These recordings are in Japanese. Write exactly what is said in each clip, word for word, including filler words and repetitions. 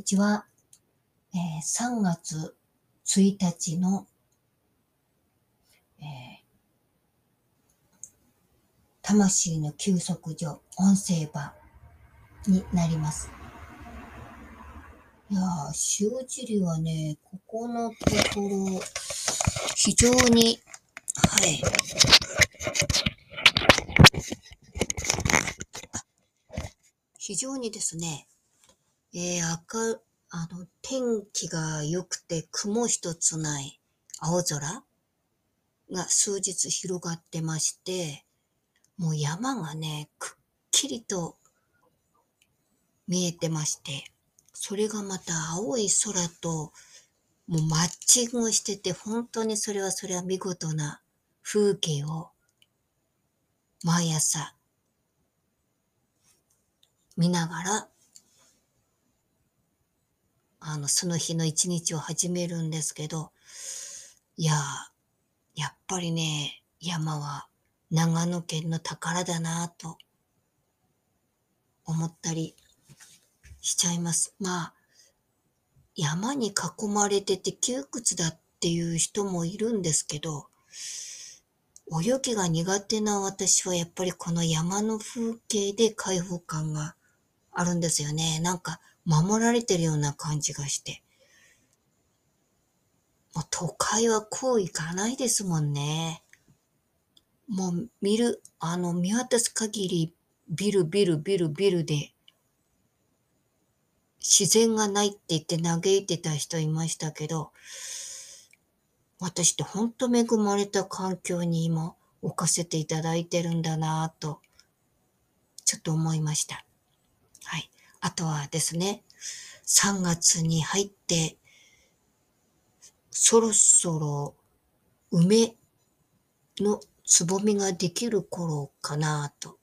ちは、えー、さんがつついたちの、えー、魂の休息所音声版になります。いやー、塩尻はね、ここのところ、非常に、はい、非常にですね、えー、赤、あの、天気が良くて雲一つない青空が数日広がってまして、もう山がね、くっきりと見えてまして、それがまた青い空ともうマッチングしてて、本当にそれはそれは見事な風景を毎朝見ながら、あの、その日の一日を始めるんですけど、いやー、やっぱりね、山は長野県の宝だなぁと思ったりしちゃいます。まあ、山に囲まれてて窮屈だっていう人もいるんですけど、泳ぎが苦手な私はやっぱりこの山の風景で開放感があるんですよね。なんか守られてるような感じがして。もう都会はこういかないですもんね。もう見る、あの見渡す限りビルビルビルビルで自然がないって言って嘆いてた人いましたけど、私ってほんと恵まれた環境に今置かせていただいてるんだなぁと、ちょっと思いました。はい。あとはですね、さんがつに入って、そろそろ梅のつぼみができる頃かなと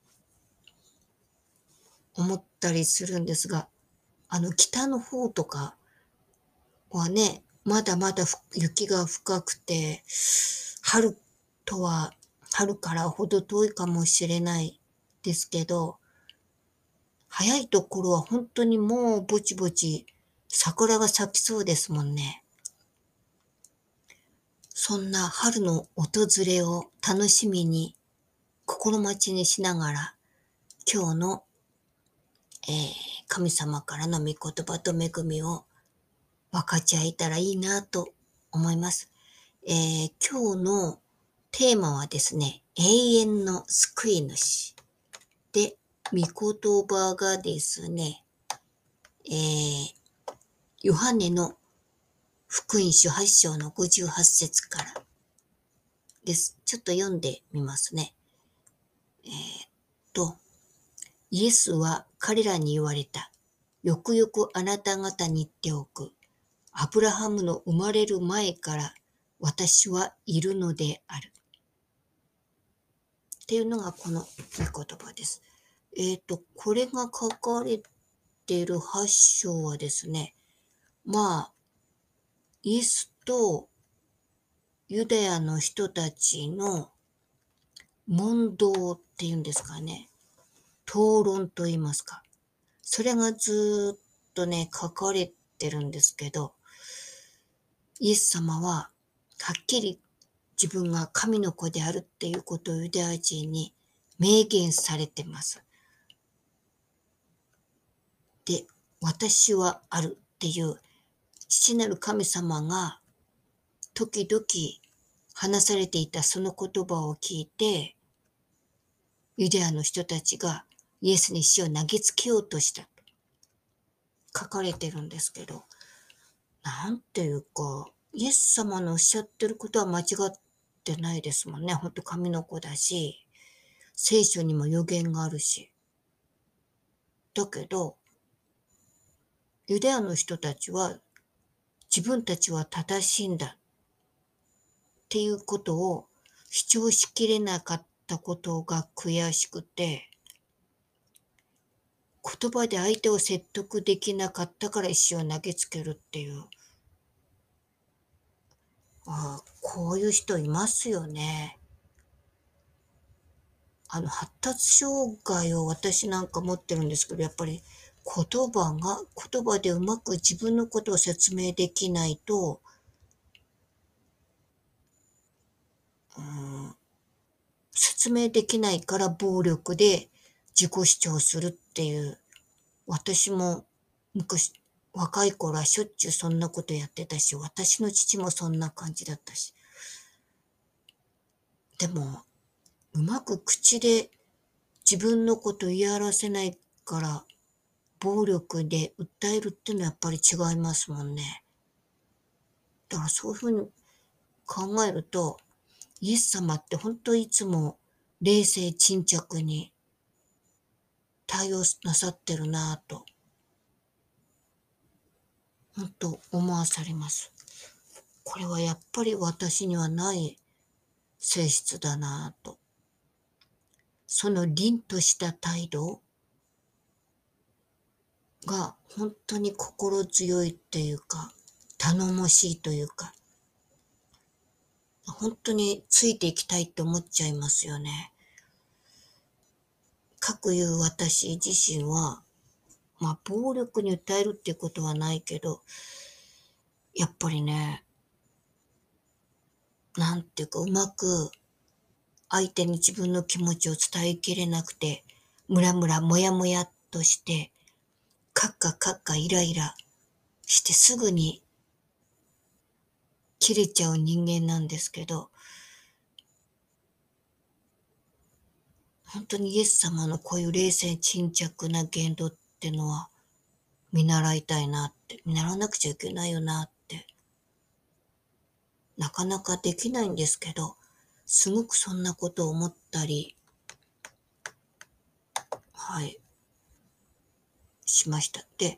思ったりするんですが、あの北の方とかはね、まだまだ雪が深くて、春とは、春からほど遠いかもしれないですけど、早いところは本当にもうぼちぼち桜が咲きそうですもんね。そんな春の訪れを楽しみに心待ちにしながら、今日の、えー神様からの御言葉と恵みを分かち合えたらいいなと思います。えー今日のテーマはですね、永遠の救い主で、御言葉がですね、えーヨハネの福音書はち章のごじゅうはち節からです。ちょっと読んでみますね。えー、っと、イエスは彼らに言われた。よくよくあなた方に言っておく。アブラハムの生まれる前から私はいるのである。っていうのがこの御言葉です。えっ、ー、と、これが書かれているはち章はですね、まあ、イエスとユダヤの人たちの問答っていうんですかね、討論と言いますか。それがずっとね、書かれてるんですけど、イエス様ははっきり自分が神の子であるっていうことをユダヤ人に明言されてます。で、私はあるっていう父なる神様が時々話されていたその言葉を聞いて、ユダヤの人たちがイエスに死を投げつけようとしたと書かれてるんですけど、なんていうか、イエス様のおっしゃってることは間違ってないですもんね。ほんと神の子だし、聖書にも予言があるし。だけど、ユダヤの人たちは自分たちは正しいんだっていうことを主張しきれなかったことが悔しくて、言葉で相手を説得できなかったから石を投げつけるっていう、ああ、こういう人いますよね。あの、発達障害を私なんか持ってるんですけど、やっぱり言葉が、言葉でうまく自分のことを説明できないと、うん、説明できないから暴力で自己主張するっていう、私も昔、若い頃はしょっちゅうそんなことやってたし、私の父もそんな感じだったし。でも、うまく口で自分のこと言い表せないから、暴力で訴えるっていうのはやっぱり違いますもんね。だからそういうふうに考えると、イエス様って本当いつも冷静沈着に対応なさってるなぁと、本当思わされます。これはやっぱり私にはない性質だなぁと。その凛とした態度が本当に心強いっていうか、頼もしいというか、本当についていきたいって思っちゃいますよね。かくいう私自身は、まあ暴力に訴えるっていうことはないけど、やっぱりね、なんていうかうまく相手に自分の気持ちを伝えきれなくて、ムラムラもやもやっとして、カッカカッカイライラしてすぐに切れちゃう人間なんですけど、本当にイエス様のこういう冷静沈着な言動ってのは見習いたいなって、見習わなくちゃいけないよなって、なかなかできないんですけど、すごくそんなことを思ったり、はい、しました。で、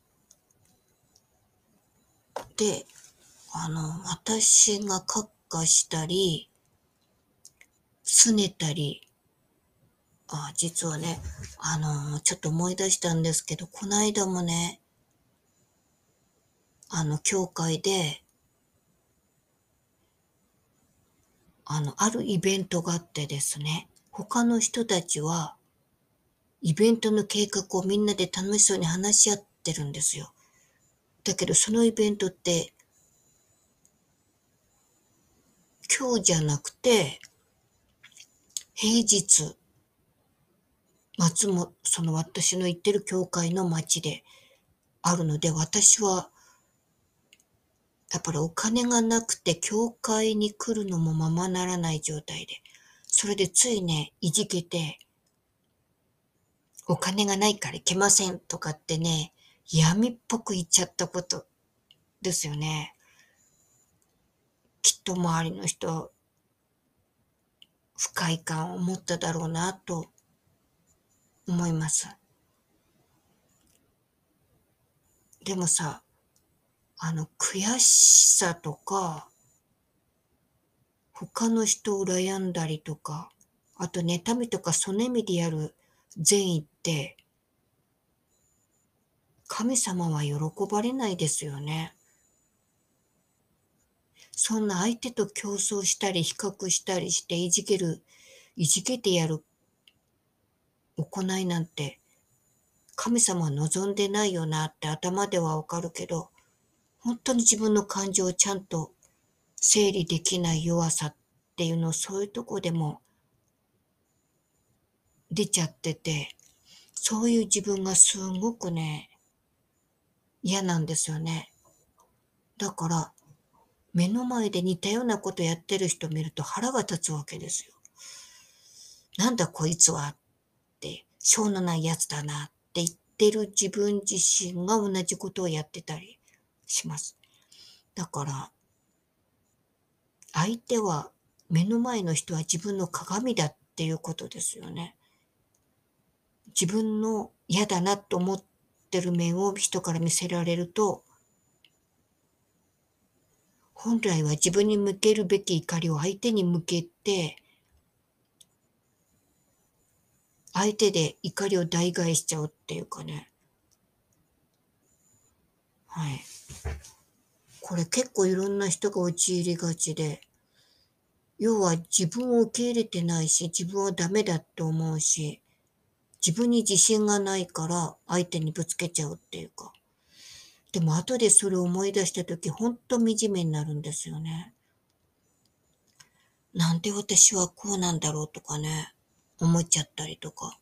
で、あの、私がカッカしたり、拗ねたり、あ、実はね、あの、ちょっと思い出したんですけど、この間もね、あの、教会で、あの、あるイベントがあってですね、他の人たちは、イベントの計画をみんなで楽しそうに話し合ってるんですよ。だけど、そのイベントって、今日じゃなくて、平日、松も、その私の行ってる教会の町であるので、私は、やっぱりお金がなくて教会に来るのもままならない状態で、それでついね、いじけて、お金がないから行けませんとかってね、闇っぽく言っちゃったことですよね。きっと周りの人、不快感を持っただろうなと思います。でもさ、あの、悔しさとか、他の人を羨んだりとか、あと妬みとかそねみでやる善意って、神様は喜ばれないですよね。そんな相手と競争したり比較したりしていじける、いじけてやる行いなんて神様は望んでないよなって頭ではわかるけど、本当に自分の感情をちゃんと整理できない弱さっていうのをそういうとこでも出ちゃってて、そういう自分がすごくね、嫌なんですよね。だから、目の前で似たようなことやってる人を見ると腹が立つわけですよ。なんだこいつはって、しょうのないやつだなって言ってる自分自身が同じことをやってたりします。だから、相手は、目の前の人は自分の鏡だっていうことですよね。自分の嫌だなと思ってる面を人から見せられると、本来は自分に向けるべき怒りを相手に向けて、相手で怒りを代替しちゃうっていうかね。はい。これ結構いろんな人が陥りがちで、要は自分を受け入れてないし、自分はダメだって思うし、 自分に自信がないから相手にぶつけちゃうっていうか。でも後でそれを思い出したとき、ほんと惨めになるんですよね。なんで私はこうなんだろうとかね、思っちゃったりとか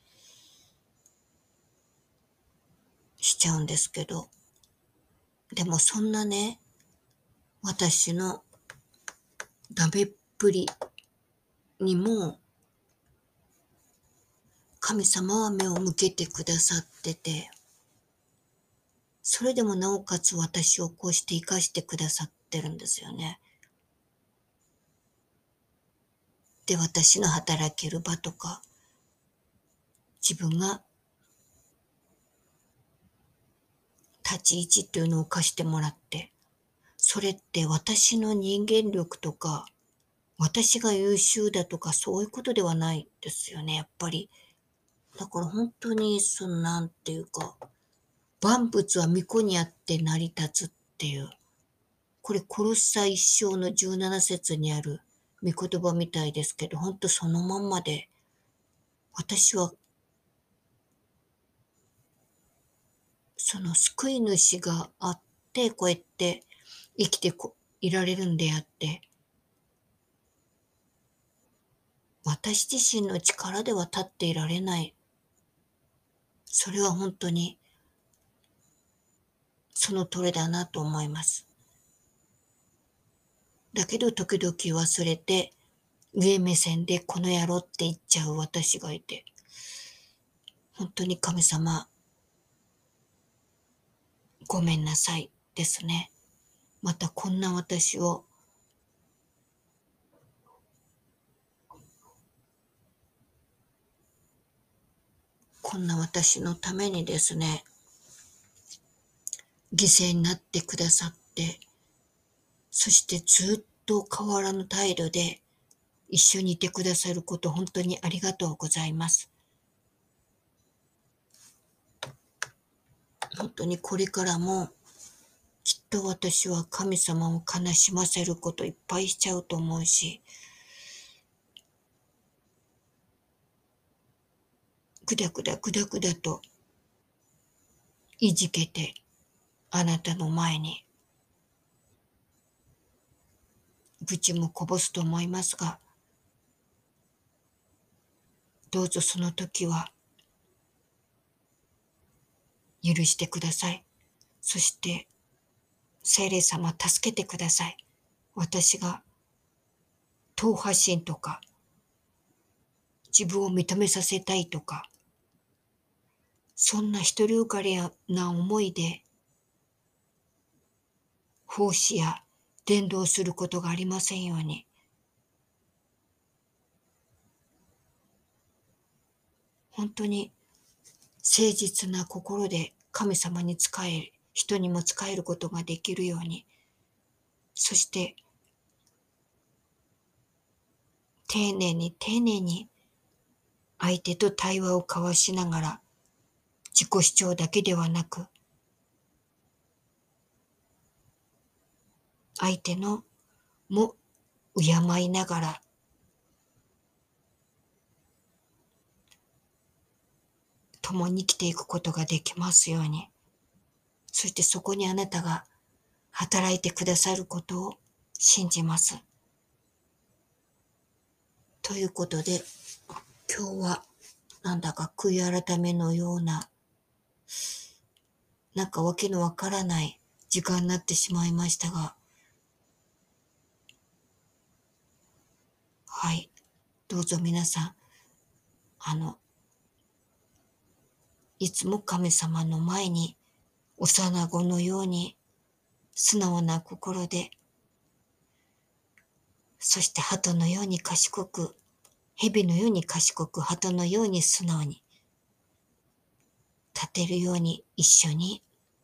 しちゃうんですけど。でもそんなね、私のダメっぷりにも神様は目を向けてくださってて、それでもなおかつ私をこうして生かしてくださってるんですよね。で、私の働ける場とか、自分が立ち位置っていうのを貸してもらって、それって私の人間力とか、私が優秀だとかそういうことではないですよね、やっぱり。だから本当に、そのなんていうか、万物は御子にあって成り立つっていう、これコロッサ一章のじゅうなな節にある御言葉みたいですけど、本当そのまんまで、私はその救い主があって、こうやって生きてこいられるんであって、私自身の力では立っていられない。それは本当にその通りだなと思います。だけど時々忘れて、上目線でこの野郎って言っちゃう私がいて、本当に神様、ごめんなさいですね。またこんな私を、こんな私のためにですね、犠牲になってくださって、そしてずっと変わらぬ態度で一緒にいてくださること、本当にありがとうございます。本当にこれからもきっと私は神様を悲しませることいっぱいしちゃうと思うし、ぐだぐだぐだぐだといじけてあなたの前に愚痴もこぼすと思いますが、どうぞその時は許してください。そして聖霊様助けてください。私が党派心とか自分を認めさせたいとか、そんな独りよがりな思いで奉仕や伝道することがありませんように。本当に誠実な心で神様に仕える、人にも仕えることができるように、そして丁寧に丁寧に相手と対話を交わしながら、自己主張だけではなく、相手のも敬いながら、共に生きていくことができますように。そしてそこにあなたが働いてくださることを信じます。ということで、今日はなんだか悔い改めのような、なんかわけのわからない時間になってしまいましたが、はい。どうぞ皆さん、あの、いつも神様の前に幼子のように素直な心で、そして鳩のように賢く、蛇のように賢く、鳩のように素直に立てるように一緒に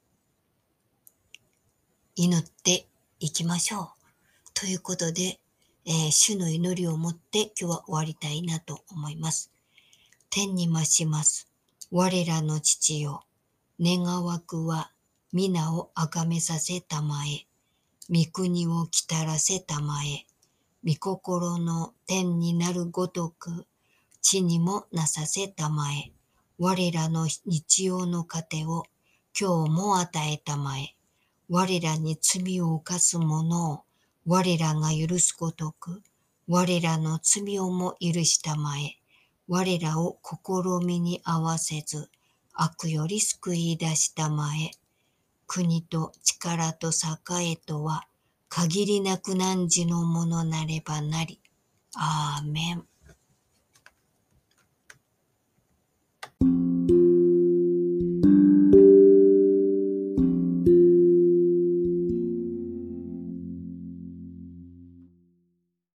祈っていきましょう。ということで、えー、主の祈りをもって今日は終わりたいなと思います。天に増します。我らの父よ、願わくは皆をあがめさせたまえ、御国をきたらせたまえ、御心の天になるごとく、地にもなさせたまえ。 我らの日曜の糧を今日も与えたまえ。我らに罪を犯す者を我らが許すごとく、我らの罪をも許したまえ。我らを試みに合わせず、悪より救い出したまえ。国と力と栄えとは、限りなく汝のものなればなり。アーメン。